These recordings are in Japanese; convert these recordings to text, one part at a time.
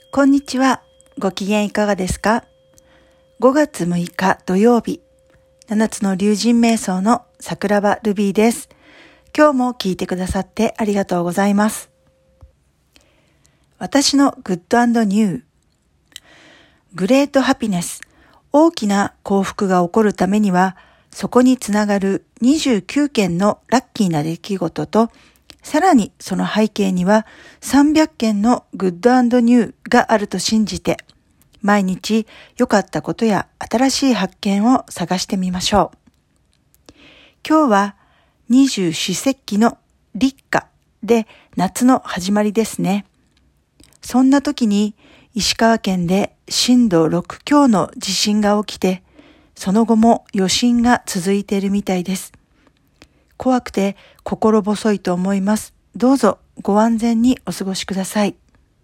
こんにちは。ご機嫌いかがですか？ 5 月6日土曜日、7つの龍神瞑想の桜庭ルビーです。今日も聞いてくださってありがとうございます。私のグッド&ニュー。グレートハピネス、大きな幸福が起こるためには、そこにつながる29件のラッキーな出来事と、さらにその背景には300件のグッド&ニューがあると信じて、毎日良かったことや新しい発見を探してみましょう。今日は二十四節気の立夏で夏の始まりですね。そんな時に石川県で震度6強の地震が起きて、その後も余震が続いているみたいです。怖くて心細いと思います。どうぞご安全にお過ごしください。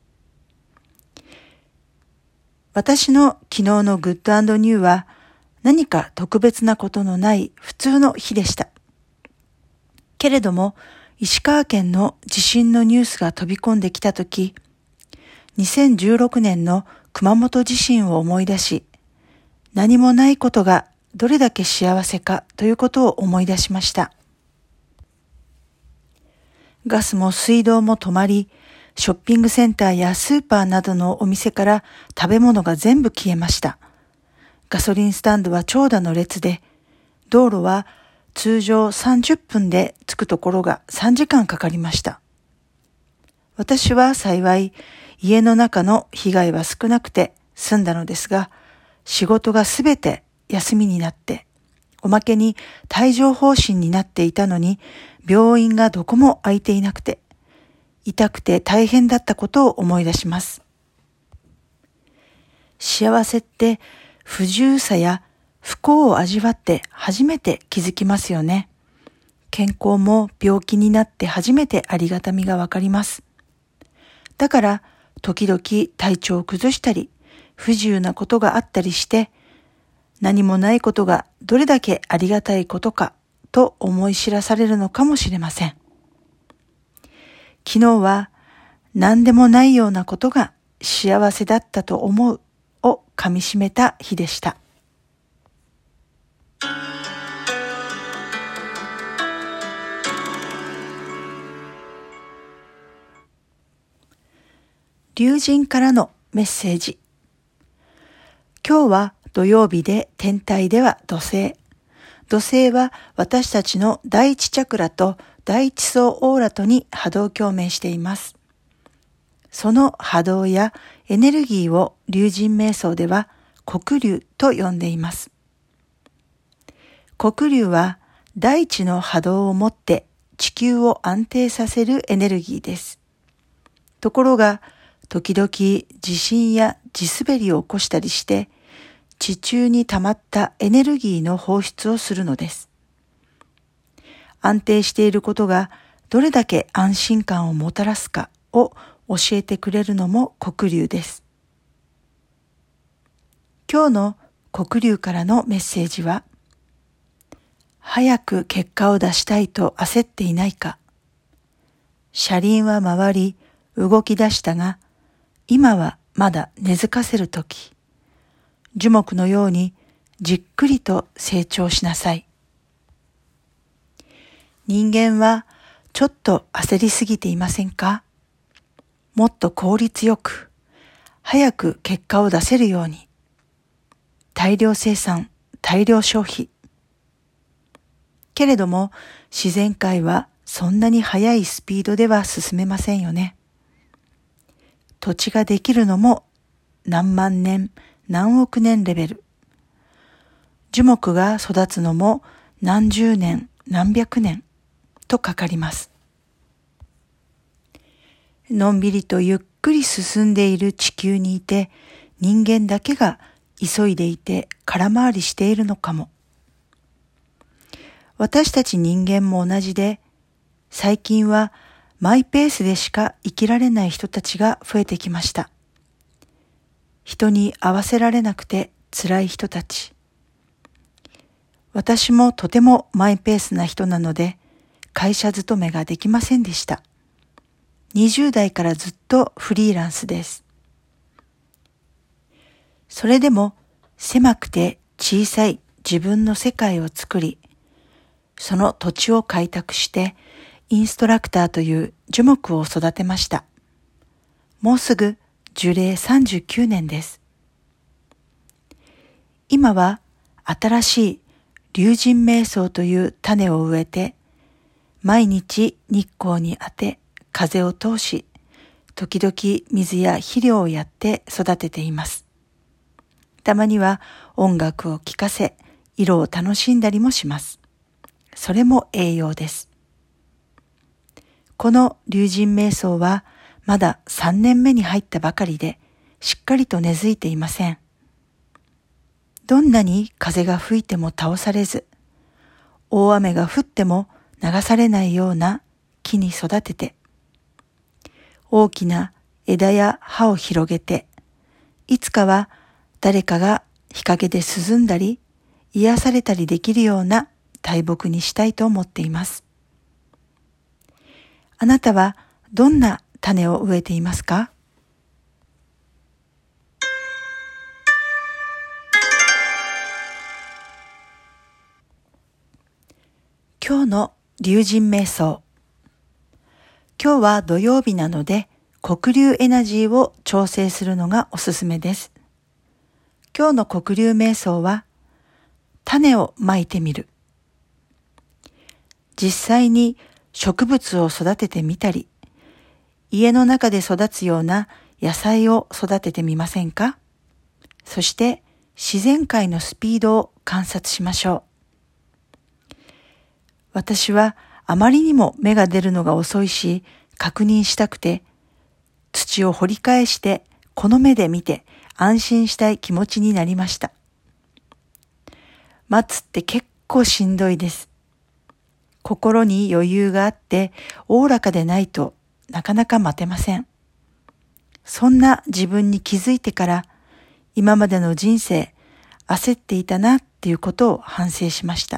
私の昨日のグッド&ニューは何か特別なことのない普通の日でした。けれども石川県の地震のニュースが飛び込んできたとき、2016年の熊本地震を思い出し、何もないことがどれだけ幸せかということを思い出しました。ガスも水道も止まり、ショッピングセンターやスーパーなどのお店から食べ物が全部消えました。ガソリンスタンドは長蛇の列で、道路は通常30分で着くところが3時間かかりました。私は幸い家の中の被害は少なくて済んだのですが、仕事がすべて休みになって、おまけに帯状疱疹になっていたのに、病院がどこも空いていなくて、痛くて大変だったことを思い出します。幸せって不自由さや不幸を味わって初めて気づきますよね。健康も病気になって初めてありがたみがわかります。だから時々体調を崩したり、不自由なことがあったりして、何もないことがどれだけありがたいことかと思い知らされるのかもしれません。昨日は何でもないようなことが幸せだったと思うをかみしめた日でした。龍神からのメッセージ。今日は土曜日で天体では土星。土星は私たちの第一チャクラと第一層オーラとに波動共鳴しています。その波動やエネルギーを龍神瞑想では黒龍と呼んでいます。黒龍は大地の波動を持って地球を安定させるエネルギーです。ところが時々地震や地滑りを起こしたりして地中に溜まったエネルギーの放出をするのです。安定していることがどれだけ安心感をもたらすかを教えてくれるのも黒龍です。今日の黒龍からのメッセージは、早く結果を出したいと焦っていないか。車輪は回り動き出したが、今はまだ根付かせるとき。樹木のようにじっくりと成長しなさい。人間はちょっと焦りすぎていませんか？もっと効率よく、早く結果を出せるように。大量生産、大量消費。けれども自然界はそんなに速いスピードでは進めませんよね。土地ができるのも何万年、何億年レベル。樹木が育つのも何十年、何百年とかかります。のんびりとゆっくり進んでいる地球にいて、人間だけが急いでいて空回りしているのかも。私たち人間も同じで、最近はマイペースでしか生きられない人たちが増えてきました。人に合わせられなくて辛い人たち。私もとてもマイペースな人なので、会社勤めができませんでした。20代からずっとフリーランスです。 それでも狭くて小さい自分の世界を作り、その土地を開拓してインストラクターという樹木を育てました。もうすぐ樹齢39年です。今は新しい龍神瞑想という種を植えて、毎日日光に当て風を通し、時々水や肥料をやって育てています。たまには音楽を聴かせ、色を楽しんだりもします。それも栄養です。この龍神瞑想はまだ3年目に入ったばかりで、しっかりと根付いていません。どんなに風が吹いても倒されず、大雨が降っても流されないような木に育てて、大きな枝や葉を広げて、いつかは誰かが日陰で涼んだり、癒されたりできるような大木にしたいと思っています。あなたはどんな種を植えていますか？今日の龍神瞑想。今日は土曜日なので、黒龍エナジーを調整するのがおすすめです。今日の黒龍瞑想は、種をまいてみる。実際に植物を育ててみたり、家の中で育つような野菜を育ててみませんか？そして自然界のスピードを観察しましょう。私はあまりにも芽が出るのが遅いし、確認したくて、土を掘り返してこの目で見て安心したい気持ちになりました。待つって結構しんどいです。心に余裕があっておおらかでないとなかなか待てません。そんな自分に気づいてから今までの人生焦っていたなっていうことを反省しました。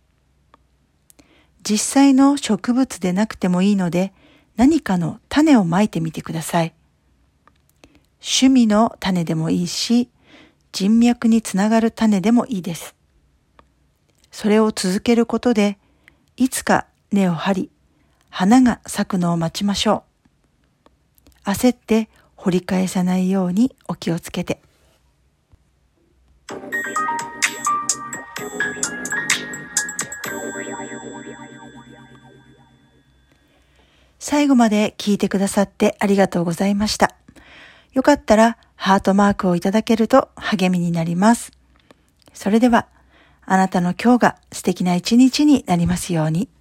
実際の植物でなくてもいいので何かの種をまいてみてください。趣味の種でもいいし、人脈につながる種でもいいです。それを続けることでいつか根を張り、花が咲くのを待ちましょう。焦って掘り返さないようにお気をつけて。最後まで聞いてくださってありがとうございました。よかったらハートマークをいただけると励みになります。それでは、あなたの今日が素敵な一日になりますように。